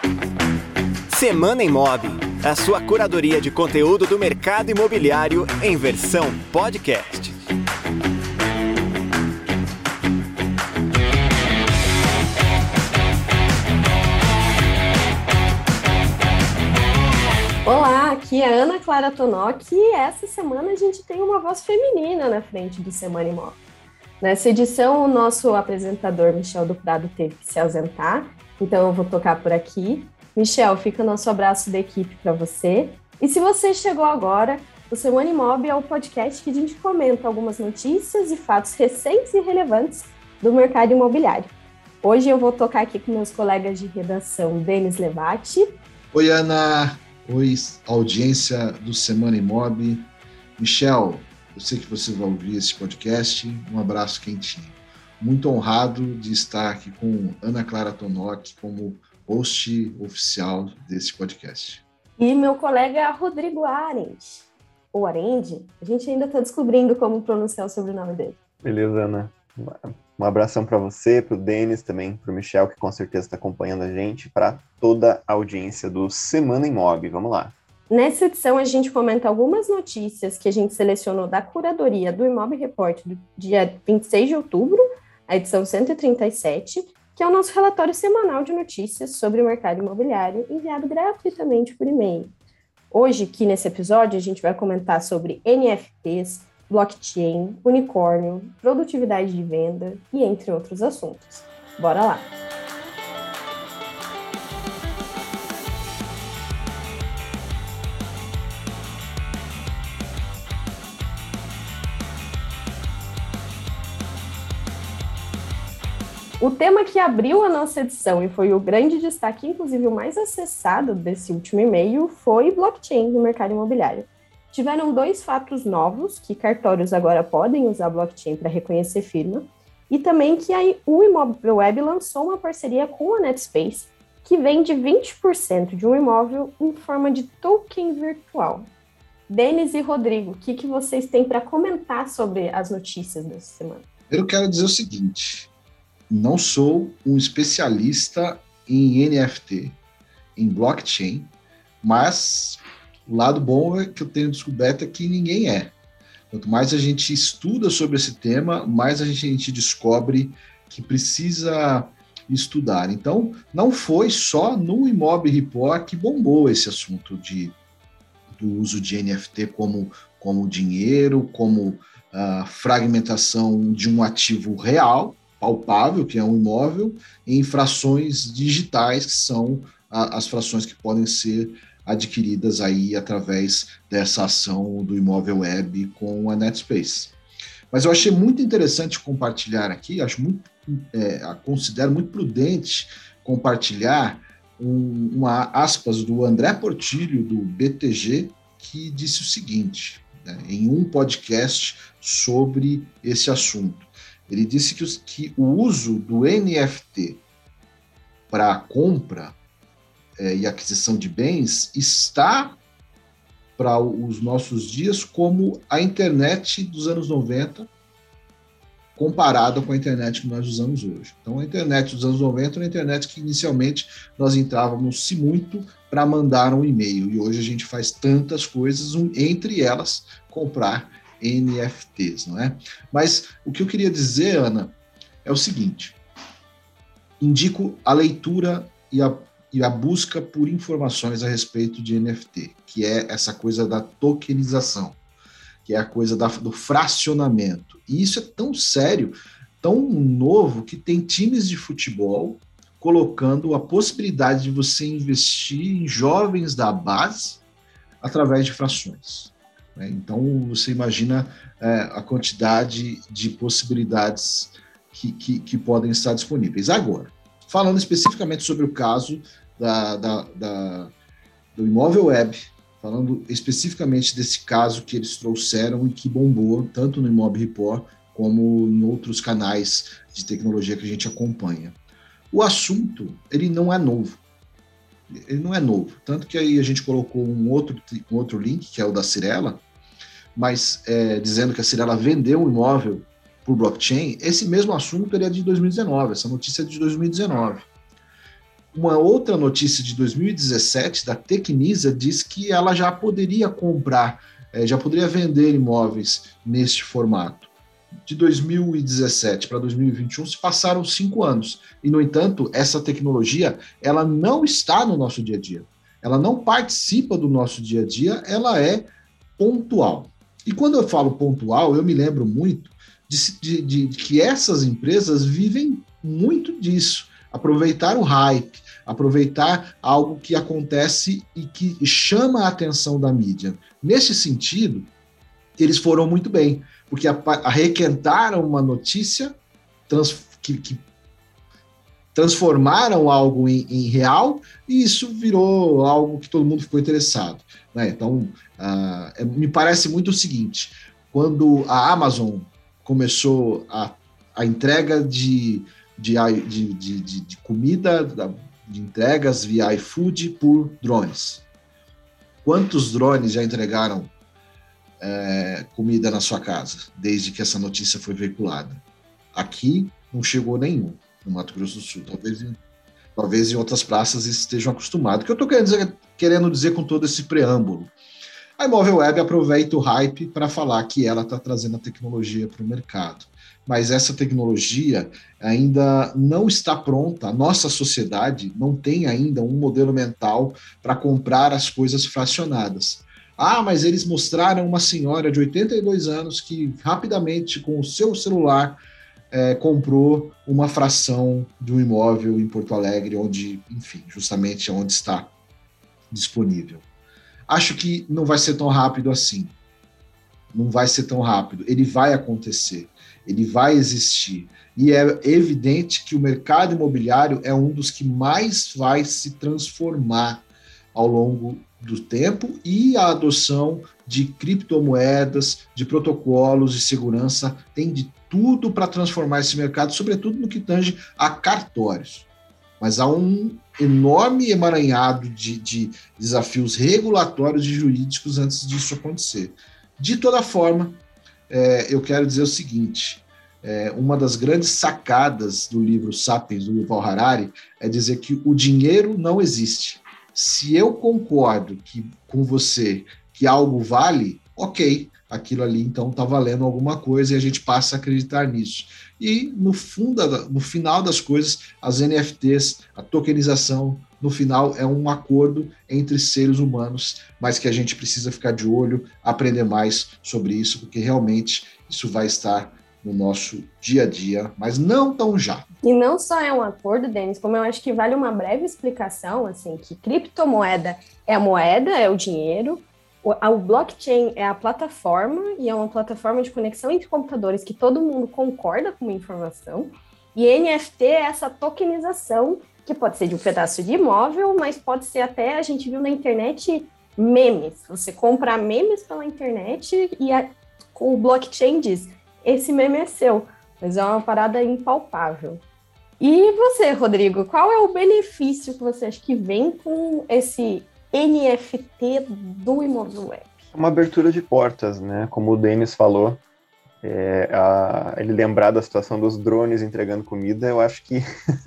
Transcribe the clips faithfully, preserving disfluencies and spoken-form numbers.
Semana Imob, a sua curadoria de conteúdo do mercado imobiliário em versão podcast. Olá, aqui é a Ana Clara Tonoc e essa semana a gente tem uma voz feminina na frente do Semana Imob. Nessa edição, o nosso apresentador Michel do Prado teve que se ausentar, então eu vou tocar por aqui. Michel, fica o nosso abraço da equipe para você. E se você chegou agora, o Semana Imob é o podcast que a gente comenta algumas notícias e fatos recentes e relevantes do mercado imobiliário. Hoje eu vou tocar aqui com meus colegas de redação, Denis Levati. Oi, Ana. Oi, audiência do Semana Imob. Michel, eu sei que você vai ouvir esse podcast. Um abraço quentinho. Muito honrado de estar aqui com Ana Clara Tonoc como host oficial desse podcast. E meu colega Rodrigo Arendt, ou Arendt, a gente ainda está descobrindo como pronunciar o sobrenome dele. Beleza, Ana. Um abração para você, para o Denis, também para o Michel, que com certeza está acompanhando a gente, para toda a audiência do Semana Imob. Vamos lá. Nessa edição, a gente comenta algumas notícias que a gente selecionou da curadoria do Imob Report do dia vinte e seis de outubro, a edição cento e trinta e sete, que é o nosso relatório semanal de notícias sobre o mercado imobiliário, enviado gratuitamente por e-mail. Hoje, aqui nesse episódio, a gente vai comentar sobre N F Ts, blockchain, unicórnio, produtividade de venda e entre outros assuntos. Bora lá! O tema que abriu a nossa edição e foi o grande destaque, inclusive o mais acessado desse último e-mail, foi blockchain no mercado imobiliário. Tiveram dois fatos novos, que cartórios agora podem usar blockchain para reconhecer firma, e também que a, o Imóvel Web lançou uma parceria com a Netspace, que vende vinte por cento de um imóvel em forma de token virtual. Denis e Rodrigo, o que, que vocês têm para comentar sobre as notícias dessa semana? Eu quero dizer o seguinte: não sou um especialista em N F T, em blockchain, mas o lado bom é que eu tenho descoberto é que ninguém é. Quanto mais a gente estuda sobre esse tema, mais a gente, a gente descobre que precisa estudar. Então, não foi só no Imob Report que bombou esse assunto de, do uso de N F T como, como dinheiro, como uh, fragmentação de um ativo real, palpável, que é um imóvel, em frações digitais, que são a, as frações que podem ser adquiridas aí através dessa ação do Imóvel Web com a Netspace. Mas eu achei muito interessante compartilhar aqui, acho muito, é, considero muito prudente compartilhar um, uma aspas do André Portillo, do B T G, que disse o seguinte, né, em um podcast sobre esse assunto. Ele disse que, os, que o uso do N F T para compra é, e aquisição de bens está para os nossos dias como a internet dos anos noventa comparada com a internet que nós usamos hoje. Então, a internet dos anos noventa era a internet que inicialmente nós entrávamos, se muito, para mandar um e-mail. E hoje a gente faz tantas coisas, um, entre elas, comprar N F Ts, não é? Mas o que eu queria dizer, Ana, é o seguinte: indico a leitura e a, e a busca por informações a respeito de N F T, que é essa coisa da tokenização, que é a coisa da, do fracionamento. E isso é tão sério, tão novo, que tem times de futebol colocando a possibilidade de você investir em jovens da base através de frações. Então, você imagina é, a quantidade de possibilidades que, que, que podem estar disponíveis. Agora, falando especificamente sobre o caso da, da, da, do Imóvel Web, falando especificamente desse caso que eles trouxeram e que bombou tanto no Imob Report como em outros canais de tecnologia que a gente acompanha. O assunto, ele não é novo. Ele não é novo. Tanto que aí a gente colocou um outro, um outro link, que é o da Cirela, mas é, dizendo que a Cirela vendeu um imóvel por blockchain. Esse mesmo assunto ele é de dois mil e dezenove, essa notícia é de dois mil e dezenove. Uma outra notícia de dois mil e dezessete da Tecnisa diz que ela já poderia comprar, é, já poderia vender imóveis neste formato. De dois mil e dezessete para dois mil e vinte e um se passaram cinco anos. E, no entanto, essa tecnologia ela não está no nosso dia a dia. Ela não participa do nosso dia a dia, ela é pontual. E quando eu falo pontual, eu me lembro muito de, de, de, de que essas empresas vivem muito disso. Aproveitar o hype, aproveitar algo que acontece e que chama a atenção da mídia. Nesse sentido, eles foram muito bem, porque arrequentaram uma notícia trans, que, que transformaram algo em, em real, e isso virou algo que todo mundo ficou interessado, né? Então, uh, me parece muito o seguinte, quando a Amazon começou a, a entrega de De, de, de, de comida, de entregas via iFood por drones. Quantos drones já entregaram é, comida na sua casa, desde que essa notícia foi veiculada? Aqui não chegou nenhum, no Mato Grosso do Sul. Talvez, talvez em outras praças estejam acostumados. O que eu estou querendo dizer, querendo dizer com todo esse preâmbulo? A Imóvel Web aproveita o hype para falar que ela está trazendo a tecnologia para o mercado. Mas essa tecnologia ainda não está pronta, a nossa sociedade não tem ainda um modelo mental para comprar as coisas fracionadas. Ah, mas eles mostraram uma senhora de oitenta e dois anos que rapidamente, com o seu celular, é, comprou uma fração de um imóvel em Porto Alegre, onde, enfim, justamente onde está disponível. Acho que não vai ser tão rápido assim. Não vai ser tão rápido. Ele vai acontecer. Ele vai existir. E é evidente que o mercado imobiliário é um dos que mais vai se transformar ao longo do tempo, e a adoção de criptomoedas, de protocolos de segurança, tem de tudo para transformar esse mercado, sobretudo no que tange a cartórios. Mas há um enorme emaranhado de, de desafios regulatórios e jurídicos antes disso acontecer. De toda forma, é, eu quero dizer o seguinte, é, uma das grandes sacadas do livro Sapiens, do Yuval Harari, é dizer que o dinheiro não existe. Se eu concordo que, com você que algo vale, ok, aquilo ali então está valendo alguma coisa e a gente passa a acreditar nisso. E no, fundo, no final das coisas, as N F Ts, a tokenização, no final é um acordo entre seres humanos, mas que a gente precisa ficar de olho, aprender mais sobre isso, porque realmente isso vai estar no nosso dia a dia, mas não tão já. E não só é um acordo, Denis, como eu acho que vale uma breve explicação, assim, que criptomoeda é a moeda, é o dinheiro, o, a, o blockchain é a plataforma, e é uma plataforma de conexão entre computadores que todo mundo concorda com uma informação, e N F T é essa tokenização, que pode ser de um pedaço de imóvel, mas pode ser até, a gente viu na internet, memes. Você compra memes pela internet e a, o blockchain diz, esse meme é seu, mas é uma parada impalpável. E você, Rodrigo, qual é o benefício que você acha que vem com esse N F T do Imóvel Web? Uma abertura de portas, né? Como o Denis falou, é, a, ele lembrar da situação dos drones entregando comida, eu acho que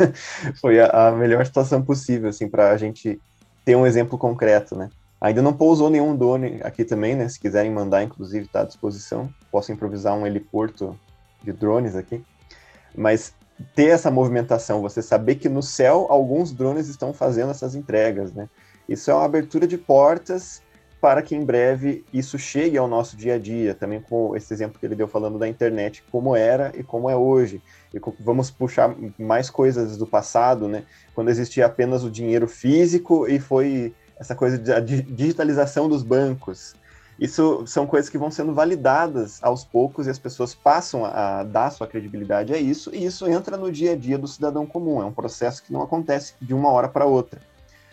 foi a, a melhor situação possível, assim, para a gente ter um exemplo concreto, né? Ainda não pousou nenhum drone aqui também, né? Se quiserem mandar, inclusive, está à disposição. Posso improvisar um heliporto de drones aqui. Mas ter essa movimentação, você saber que no céu alguns drones estão fazendo essas entregas, né? Isso é uma abertura de portas para que em breve isso chegue ao nosso dia a dia, também com esse exemplo que ele deu falando da internet, como era e como é hoje. E vamos puxar mais coisas do passado, né? Quando existia apenas o dinheiro físico e foi essa coisa da digitalização dos bancos. Isso são coisas que vão sendo validadas aos poucos e as pessoas passam a dar sua credibilidade a isso, e isso entra no dia a dia do cidadão comum. É um processo que não acontece de uma hora para outra.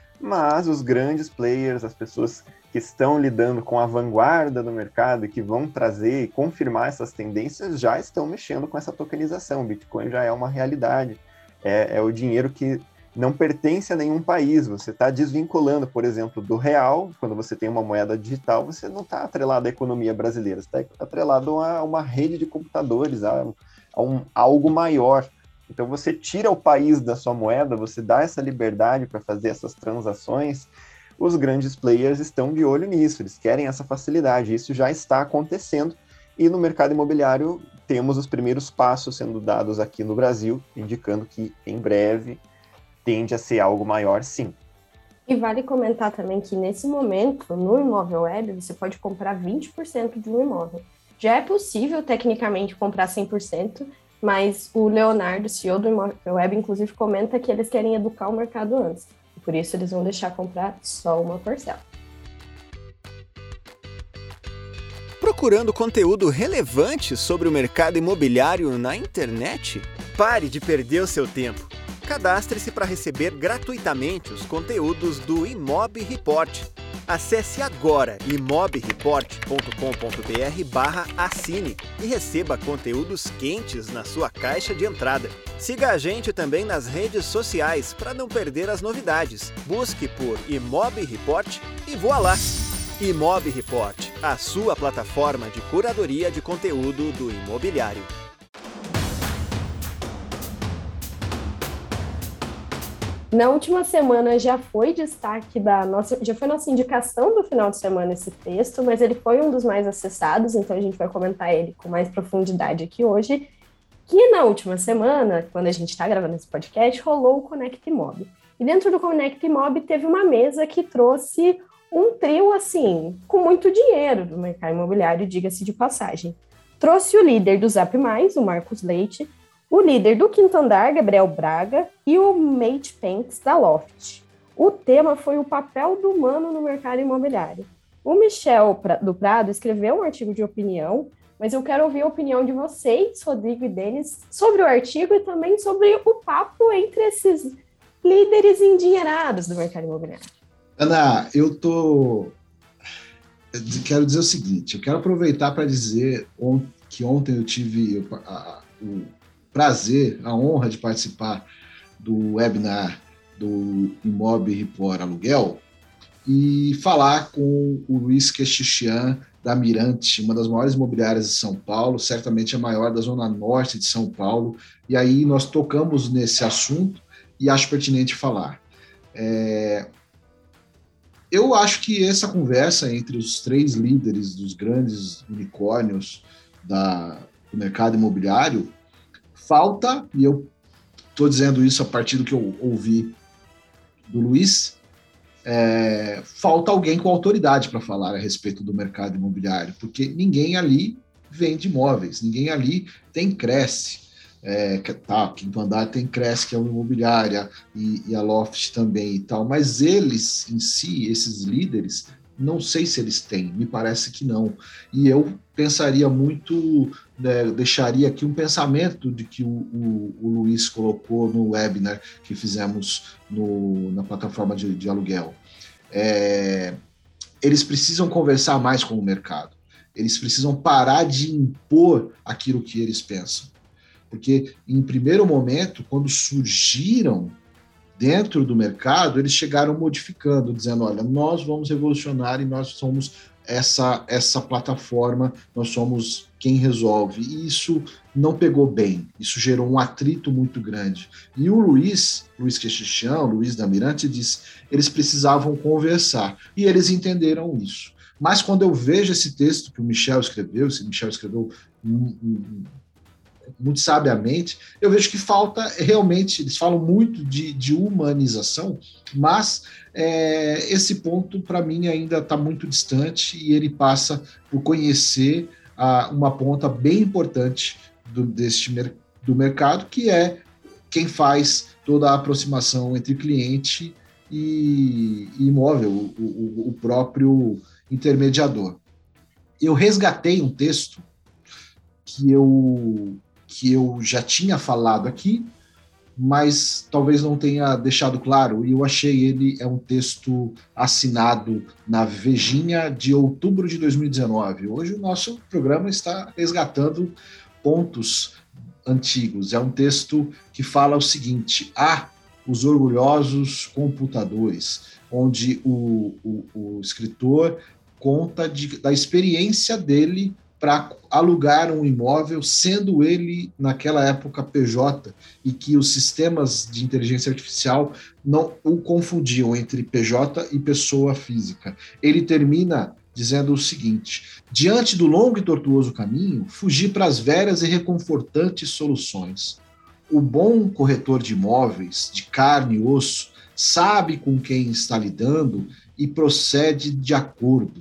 Mas os grandes players, as pessoas que estão lidando com a vanguarda do mercado e que vão trazer e confirmar essas tendências, já estão mexendo com essa tokenização. O Bitcoin já é uma realidade. É, é o dinheiro que não pertence a nenhum país, você está desvinculando, por exemplo, do real. Quando você tem uma moeda digital, você não está atrelado à economia brasileira, você está atrelado a uma rede de computadores, a, a, um, a algo maior. Então você tira o país da sua moeda, você dá essa liberdade para fazer essas transações, os grandes players estão de olho nisso, eles querem essa facilidade, isso já está acontecendo, e no mercado imobiliário temos os primeiros passos sendo dados aqui no Brasil, indicando que em breve tende a ser algo maior, sim. E vale comentar também que nesse momento, no imóvel web, você pode comprar vinte por cento de um imóvel. Já é possível, tecnicamente, comprar cem por cento, mas o Leonardo, C E O do imóvel web, inclusive, comenta que eles querem educar o mercado antes. Por isso, eles vão deixar comprar só uma parcela. Procurando conteúdo relevante sobre o mercado imobiliário na internet? Pare de perder o seu tempo. Cadastre-se para receber gratuitamente os conteúdos do Imob Report. Acesse agora imobreport ponto com ponto b r barra assine e receba conteúdos quentes na sua caixa de entrada. Siga a gente também nas redes sociais para não perder as novidades. Busque por Imob Report e voa lá! Imob Report, a sua plataforma de curadoria de conteúdo do imobiliário. Na última semana já foi destaque da nossa, já foi nossa indicação do final de semana esse texto, mas ele foi um dos mais acessados, então a gente vai comentar ele com mais profundidade aqui hoje. Que na última semana, quando a gente está gravando esse podcast, rolou o Conect Imob. E dentro do Conect Imob teve uma mesa que trouxe um trio, assim, com muito dinheiro do mercado imobiliário, diga-se de passagem. Trouxe o líder do Zap Mais, o Marcos Leite, o líder do Quinto Andar, Gabriel Braga, e o Mate Panks, da Loft. O tema foi o papel do humano no mercado imobiliário. O Michel do Prado escreveu um artigo de opinião, mas eu quero ouvir a opinião de vocês, Rodrigo e Denis, sobre o artigo e também sobre o papo entre esses líderes endinheirados do mercado imobiliário. Ana, eu tô... Eu quero dizer o seguinte, eu quero aproveitar para dizer que ontem eu tive o prazer, a honra de participar do webinar do Imob Report Aluguel e falar com o Luiz Quechichian, da Mirante, uma das maiores imobiliárias de São Paulo, certamente a maior da Zona Norte de São Paulo, e aí nós tocamos nesse assunto e acho pertinente falar. É... Eu acho que essa conversa entre os três líderes dos grandes unicórnios da, do mercado imobiliário falta, e eu estou dizendo isso a partir do que eu ouvi do Luiz, é, falta alguém com autoridade para falar a respeito do mercado imobiliário, porque ninguém ali vende imóveis, ninguém ali tem Cresce, é, tá, Quinto Andar tem Cresce, que é uma imobiliária, e, e a Loft também e tal, mas eles em si, esses líderes, não sei se eles têm, me parece que não. E eu pensaria muito, né, deixaria aqui um pensamento de que o, o, o Luiz colocou no webinar que fizemos no, na plataforma de, de aluguel. É, eles precisam conversar mais com o mercado. Eles precisam parar de impor aquilo que eles pensam. Porque, em primeiro momento, quando surgiram dentro do mercado, eles chegaram modificando, dizendo, olha, nós vamos revolucionar e nós somos essa, essa plataforma, nós somos quem resolve. E isso não pegou bem, isso gerou um atrito muito grande. E o Luiz, Luiz Quechichian, Luiz da Mirante, disse, eles precisavam conversar, e eles entenderam isso. Mas quando eu vejo esse texto que o Michel escreveu, esse Michel escreveu um, um, muito sabiamente, eu vejo que falta realmente, eles falam muito de, de humanização, mas é, esse ponto para mim ainda está muito distante e ele passa por conhecer a, uma ponta bem importante do, deste, do mercado, que é quem faz toda a aproximação entre cliente e, e imóvel, o, o, o próprio intermediador. Eu resgatei um texto que eu que eu já tinha falado aqui, mas talvez não tenha deixado claro, e eu achei ele, é um texto assinado na Vejinha de outubro de dois mil e dezenove. Hoje o nosso programa está resgatando pontos antigos. É um texto que fala o seguinte, ah, os orgulhosos computadores, onde o, o, o escritor conta de, da experiência dele para alugar um imóvel, sendo ele, naquela época, P J, e que os sistemas de inteligência artificial não o confundiam entre P J e pessoa física. Ele termina dizendo o seguinte: diante do longo e tortuoso caminho, fugir para as velhas e reconfortantes soluções. O bom corretor de imóveis, de carne e osso, sabe com quem está lidando e procede de acordo.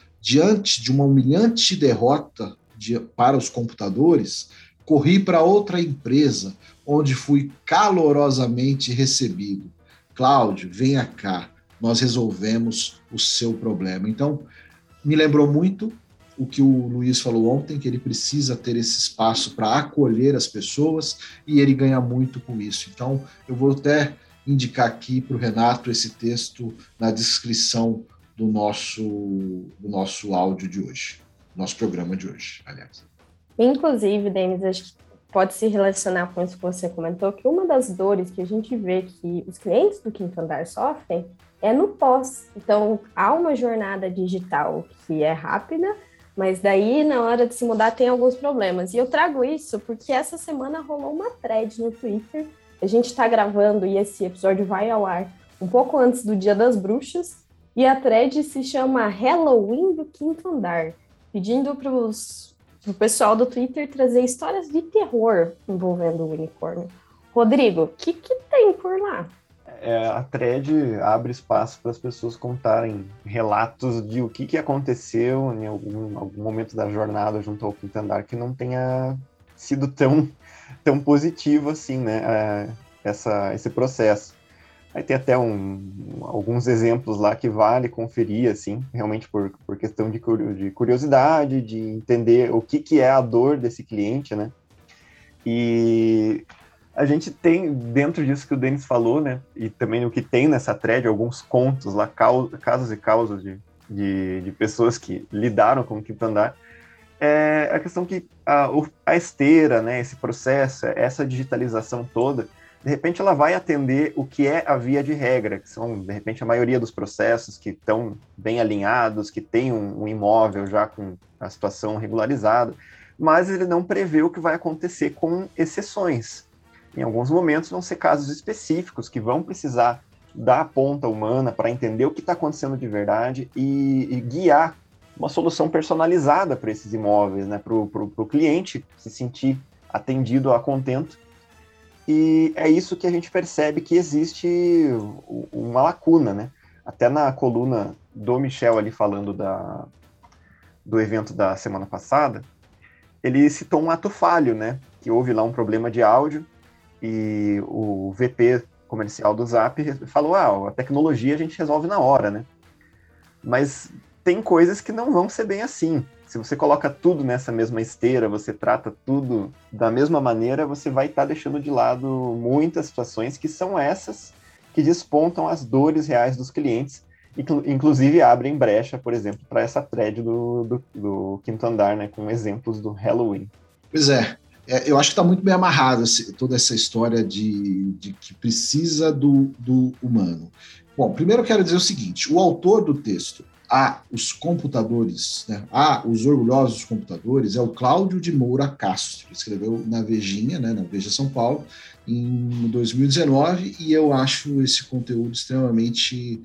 Diante de uma humilhante derrota de, para os computadores, corri para outra empresa, onde fui calorosamente recebido. Cláudio, venha cá, nós resolvemos o seu problema. Então, me lembrou muito o que o Luiz falou ontem, que ele precisa ter esse espaço para acolher as pessoas, e ele ganha muito com isso. Então, eu vou até indicar aqui para o Renato esse texto na descrição do nosso, do nosso áudio de hoje, nosso programa de hoje, aliás. Inclusive, Denis, acho que pode se relacionar com isso que você comentou, que uma das dores que a gente vê que os clientes do Quinto Andar sofrem é no pós. Então, há uma jornada digital que é rápida, mas daí, na hora de se mudar, tem alguns problemas. E eu trago isso porque essa semana rolou uma thread no Twitter. A gente está gravando e esse episódio vai ao ar um pouco antes do Dia das Bruxas, e a thread se chama Halloween do Quinto Andar, pedindo para o pessoal do Twitter trazer histórias de terror envolvendo o unicórnio. Rodrigo, o que, que tem por lá? É, a thread abre espaço para as pessoas contarem relatos de o que, que aconteceu em algum, algum momento da jornada junto ao Quinto Andar que não tenha sido tão, tão positivo assim, né, é, essa, esse processo. Aí tem até um, alguns exemplos lá que vale conferir, assim, realmente por, por questão de, de curiosidade, de entender o que, que é a dor desse cliente, né? E a gente tem, dentro disso que o Denis falou, né, e também o que tem nessa thread, alguns contos lá, casos e causas de, de, de pessoas que lidaram com o Quinto Andar, é a questão que a, a esteira, né, esse processo, essa digitalização toda, de repente ela vai atender o que é a via de regra, que são, de repente, a maioria dos processos que estão bem alinhados, que tem um, um imóvel já com a situação regularizada, mas ele não prevê o que vai acontecer com exceções. Em alguns momentos vão ser casos específicos que vão precisar da ponta humana para entender o que está acontecendo de verdade e, e guiar uma solução personalizada para esses imóveis, né, para o cliente se sentir atendido a contento. E é isso que a gente percebe que existe uma lacuna, né? Até na coluna do Michel ali falando da, do evento da semana passada, ele citou um ato falho, né? Que houve lá um problema de áudio e o V P comercial do Zap falou, ah, a tecnologia a gente resolve na hora, né? Mas tem coisas que não vão ser bem assim. Se você coloca tudo nessa mesma esteira, você trata tudo da mesma maneira, você vai estar tá deixando de lado muitas situações que são essas que despontam as dores reais dos clientes, e inclusive abrem brecha, por exemplo, para essa thread do, do, do Quinto Andar, né, com exemplos do Halloween. Pois é, é eu acho que está muito bem amarrado toda essa história de, de que precisa do, do humano. Bom, primeiro eu quero dizer o seguinte, o autor do texto, a os computadores, né, a os orgulhosos computadores, é o Cláudio de Moura Castro, que escreveu na Vejinha, né, na Veja São Paulo, em dois mil e dezenove, e eu acho esse conteúdo extremamente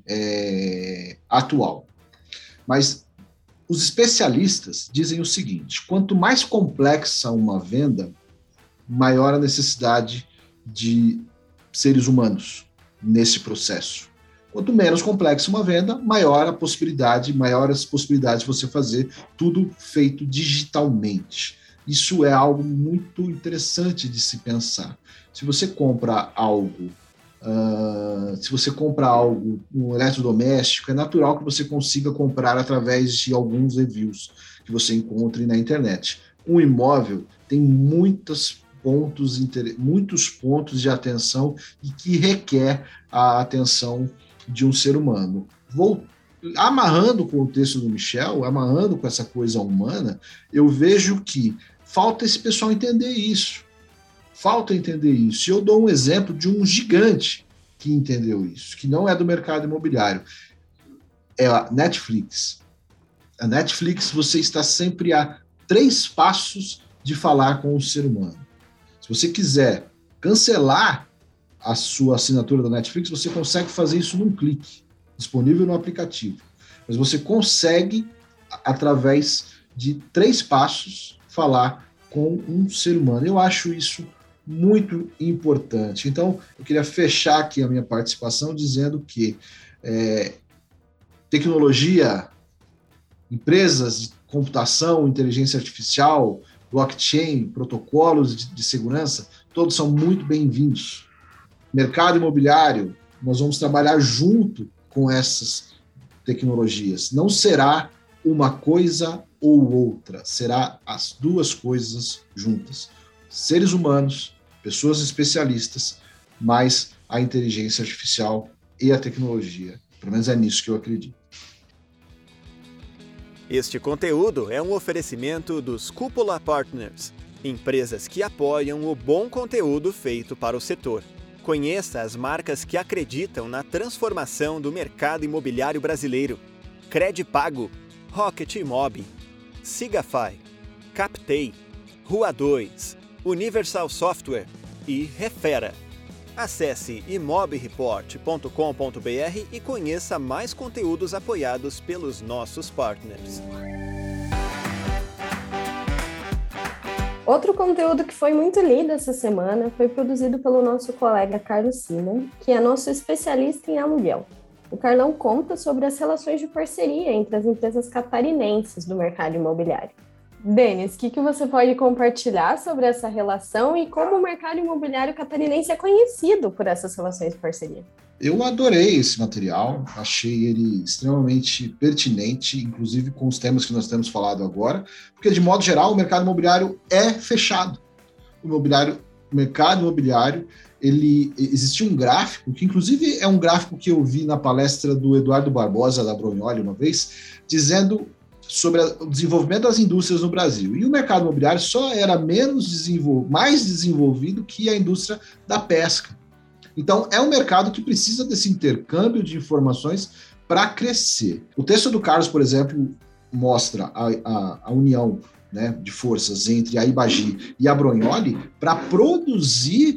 é, atual. Mas os especialistas dizem o seguinte, quanto mais complexa uma venda, maior a necessidade de seres humanos nesse processo. Quanto menos complexa uma venda, maior a possibilidade, maior as possibilidades de você fazer tudo feito digitalmente. Isso é algo muito interessante de se pensar. Se você compra algo, uh, se você compra algo, um eletrodoméstico, é natural que você consiga comprar através de alguns reviews que você encontre na internet. Um imóvel tem muitos pontos, muitos pontos de atenção e que requer a atenção de um ser humano. Vou amarrando com o texto do Michel, amarrando com essa coisa humana, eu vejo que falta esse pessoal entender isso. Falta entender isso. E eu dou um exemplo de um gigante que entendeu isso, que não é do mercado imobiliário. É a Netflix. A Netflix, você está sempre a três passos de falar com o ser humano. Se você quiser cancelar a sua assinatura da Netflix, você consegue fazer isso num clique, disponível no aplicativo. Mas você consegue, através de três passos, falar com um ser humano. Eu acho isso muito importante. Então, eu queria fechar aqui a minha participação dizendo que é, tecnologia, empresas de computação, inteligência artificial, blockchain, protocolos de, de segurança, todos são muito bem-vindos. Mercado imobiliário, nós vamos trabalhar junto com essas tecnologias. Não será uma coisa ou outra, será as duas coisas juntas. Seres humanos, pessoas especialistas, mais a inteligência artificial e a tecnologia. Pelo menos é nisso que eu acredito. Este conteúdo é um oferecimento dos Cúpula Partners, empresas que apoiam o bom conteúdo feito para o setor. Conheça as marcas que acreditam na transformação do mercado imobiliário brasileiro: Credipago, Rocket Imob, Sigafy, Captei, Rua dois, Universal Software e Refera. Acesse imob report ponto com ponto b r e conheça mais conteúdos apoiados pelos nossos partners. Outro conteúdo que foi muito lido essa semana foi produzido pelo nosso colega Carlos Simon, que é nosso especialista em aluguel. O Carlão conta sobre as relações de parceria entre as empresas catarinenses do mercado imobiliário. Denis, o que, que você pode compartilhar sobre essa relação e como o mercado imobiliário catarinense é conhecido por essas relações de parceria? Eu adorei esse material, achei ele extremamente pertinente, inclusive com os temas que nós temos falado agora, porque, de modo geral, o mercado imobiliário é fechado. O, imobiliário, o mercado imobiliário, ele, existia um gráfico, que inclusive é um gráfico que eu vi na palestra do Eduardo Barbosa, da Bronioli, uma vez, dizendo sobre o desenvolvimento das indústrias no Brasil. E o mercado imobiliário só era menos desenvol- mais desenvolvido que a indústria da pesca. Então, é um mercado que precisa desse intercâmbio de informações para crescer. O texto do Carlos, por exemplo, mostra a, a, a união, né, de forças entre a Ibagi e a Bronioli para produzir,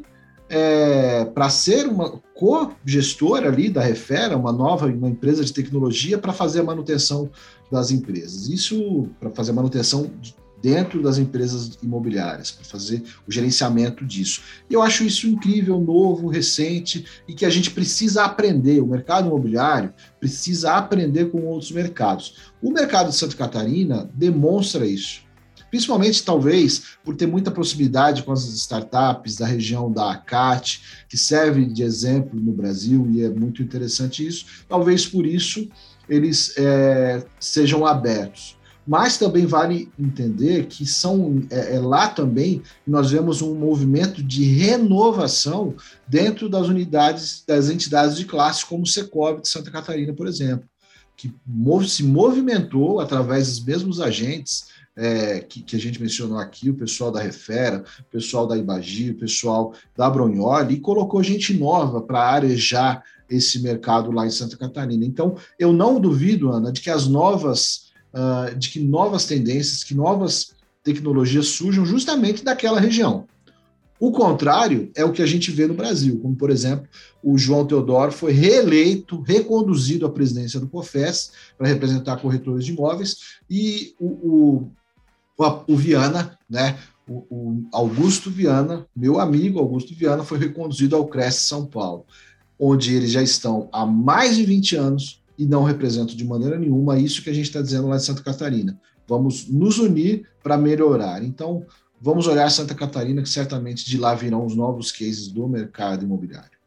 é, para ser uma co-gestora ali da Refera, uma nova uma empresa de tecnologia para fazer a manutenção das empresas. Isso para fazer a manutenção dentro das empresas imobiliárias, para fazer o gerenciamento disso. E eu acho isso incrível, novo, recente, e que a gente precisa aprender. O mercado imobiliário precisa aprender com outros mercados. O mercado de Santa Catarina demonstra isso. Principalmente, talvez, por ter muita proximidade com as startups da região da ACAT, que serve de exemplo no Brasil, e é muito interessante isso. Talvez por isso eles é, sejam abertos. Mas também vale entender que são, é, é lá também nós vemos um movimento de renovação dentro das unidades, das entidades de classe, como o Secovi de Santa Catarina, por exemplo, que se movimentou através dos mesmos agentes é, que, que a gente mencionou aqui, o pessoal da Refera, o pessoal da Ibagi, o pessoal da Bronioli, e colocou gente nova para arejar esse mercado lá em Santa Catarina. Então, eu não duvido, Ana, de que as novas Uh, de que novas tendências, que novas tecnologias surjam justamente daquela região. O contrário é o que a gente vê no Brasil, como, por exemplo, o João Teodoro foi reeleito, reconduzido à presidência do COFES para representar corretores de imóveis, e o, o, o Viana, né, o, o Augusto Viana, meu amigo Augusto Viana, foi reconduzido ao Cresce São Paulo, onde eles já estão há mais de vinte anos e não representam de maneira nenhuma isso que a gente está dizendo lá em Santa Catarina. Vamos nos unir para melhorar. Então, vamos olhar Santa Catarina, que certamente de lá virão os novos cases do mercado imobiliário.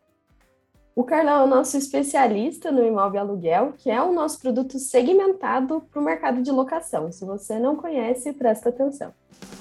O Carlão é o nosso especialista no imóvel aluguel, que é o nosso produto segmentado para o mercado de locação. Se você não conhece, presta atenção.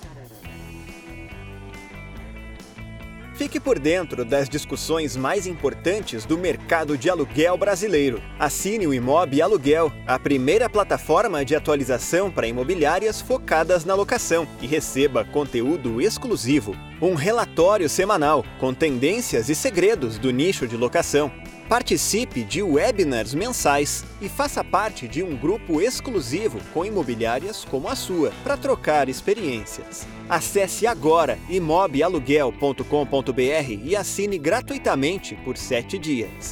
Fique por dentro das discussões mais importantes do mercado de aluguel brasileiro. Assine o Imob Aluguel, a primeira plataforma de atualização para imobiliárias focadas na locação, e receba conteúdo exclusivo, um relatório semanal com tendências e segredos do nicho de locação, Participe de webinars mensais e faça parte de um grupo exclusivo com imobiliárias como a sua, para trocar experiências. Acesse agora imob aluguel ponto com ponto b r e assine gratuitamente por sete dias.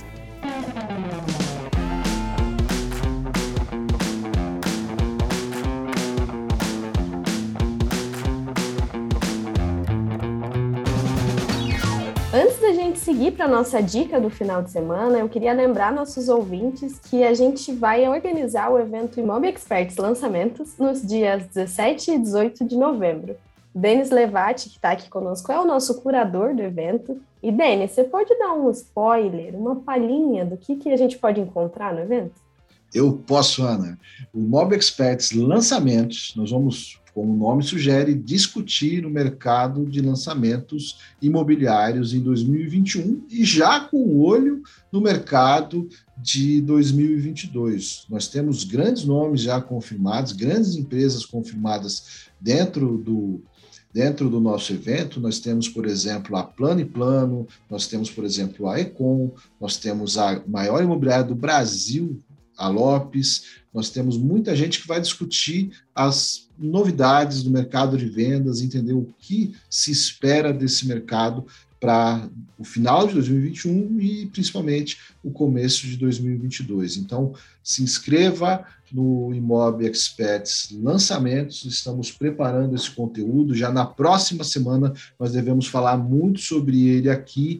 Antes da gente seguir para a nossa dica do final de semana, eu queria lembrar nossos ouvintes que a gente vai organizar o evento Imob Experts Lançamentos nos dias dezessete e dezoito de novembro. Denis Levati, que está aqui conosco, é o nosso curador do evento. E, Denis, você pode dar um spoiler, uma palhinha do que, que a gente pode encontrar no evento? Eu posso, Ana. O Imob Experts Lançamentos, nós vamos, como o nome sugere, discutir o mercado de lançamentos imobiliários em dois mil e vinte e um e já com o olho no mercado de dois mil e vinte e dois. Nós temos grandes nomes já confirmados, grandes empresas confirmadas dentro do, dentro do nosso evento. Nós temos, por exemplo, a Plano e Plano, nós temos, por exemplo, a Econ, nós temos a maior imobiliária do Brasil, a Lopes. Nós temos muita gente que vai discutir as novidades do mercado de vendas, entender o que se espera desse mercado para o final de dois mil e vinte e um e principalmente o começo de dois mil e vinte e dois. Então, se inscreva no Imob Experts Lançamentos, estamos preparando esse conteúdo, já na próxima semana nós devemos falar muito sobre ele aqui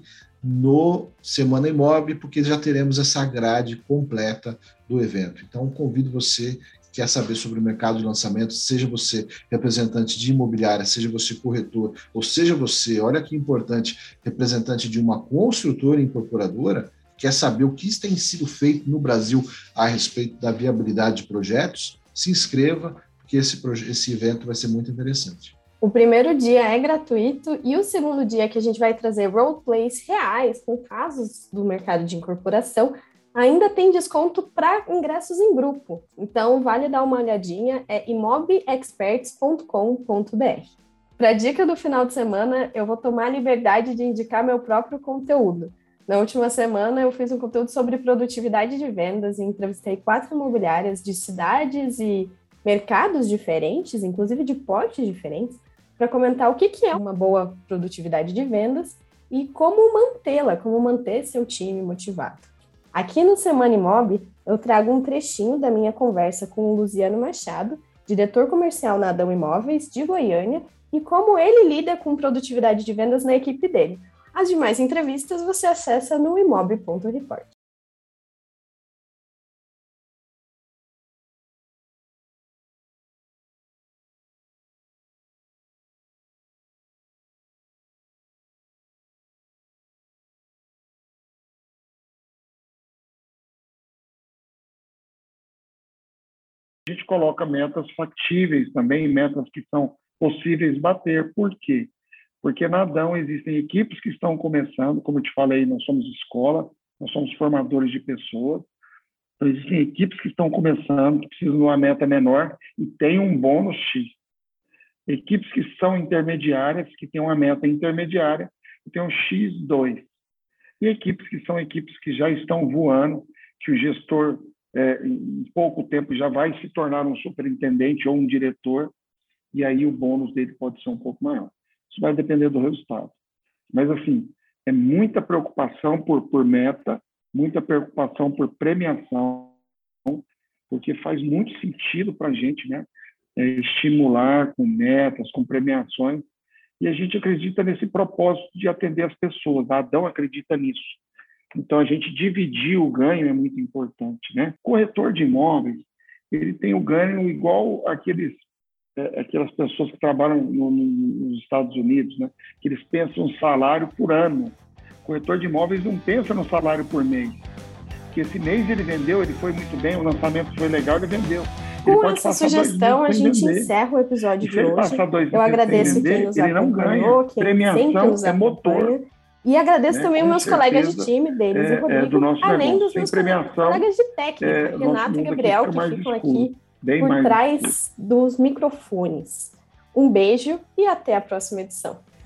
no Semana Imob, porque já teremos essa grade completa do evento. Então, convido você que quer saber sobre o mercado de lançamentos, seja você representante de imobiliária, seja você corretor, ou seja você, olha que importante, representante de uma construtora e incorporadora, quer saber o que tem sido feito no Brasil a respeito da viabilidade de projetos, se inscreva, porque esse, esse evento vai ser muito interessante. O primeiro dia é gratuito e o segundo dia, que a gente vai trazer roleplays reais com casos do mercado de incorporação, ainda tem desconto para ingressos em grupo. Então, vale dar uma olhadinha, é imob experts ponto com ponto b r. Para a dica do final de semana, eu vou tomar a liberdade de indicar meu próprio conteúdo. Na última semana, eu fiz um conteúdo sobre produtividade de vendas e entrevistei quatro imobiliárias de cidades e mercados diferentes, inclusive de portes diferentes, para comentar o que, que é uma boa produtividade de vendas e como mantê-la, como manter seu time motivado. Aqui no Semana Imob, eu trago um trechinho da minha conversa com o Luciano Machado, diretor comercial na Adão Imóveis de Goiânia, e como ele lida com produtividade de vendas na equipe dele. As demais entrevistas você acessa no imob ponto report. A gente coloca metas factíveis também, metas que são possíveis bater. Por quê? Porque na Adão existem equipes que estão começando, como eu te falei, nós somos escola, nós somos formadores de pessoas, então existem equipes que estão começando, que precisam de uma meta menor e tem um bônus X. Equipes que são intermediárias, que têm uma meta intermediária e tem um X dois. E equipes que são equipes que já estão voando, que o gestor É, em pouco tempo já vai se tornar um superintendente ou um diretor, e aí o bônus dele pode ser um pouco maior. Isso vai depender do resultado. Mas, assim, é muita preocupação por, por meta, muita preocupação por premiação, porque faz muito sentido para a gente, né, é, estimular com metas, com premiações, e a gente acredita nesse propósito de atender as pessoas. A Adão acredita nisso. Então, a gente dividir o ganho é muito importante, né? Corretor de imóveis, ele tem o ganho igual aqueles, é, aquelas pessoas que trabalham no, no, nos Estados Unidos, né? Que eles pensam um salário por ano. Corretor de imóveis não pensa no salário por mês. Porque esse mês ele vendeu, ele foi muito bem, o lançamento foi legal, ele vendeu. Com essa sugestão, a gente encerra o episódio de hoje. Eu agradeço quem nos acompanhou, quem sempre nos acompanha. E agradeço né, também os meus certeza, colegas de time, deles é, e Rodrigo, é do nosso além negócio. dos meus colegas de técnica, é, Renato e Gabriel, que ficam aqui por trás dos microfones. Um beijo e até a próxima edição.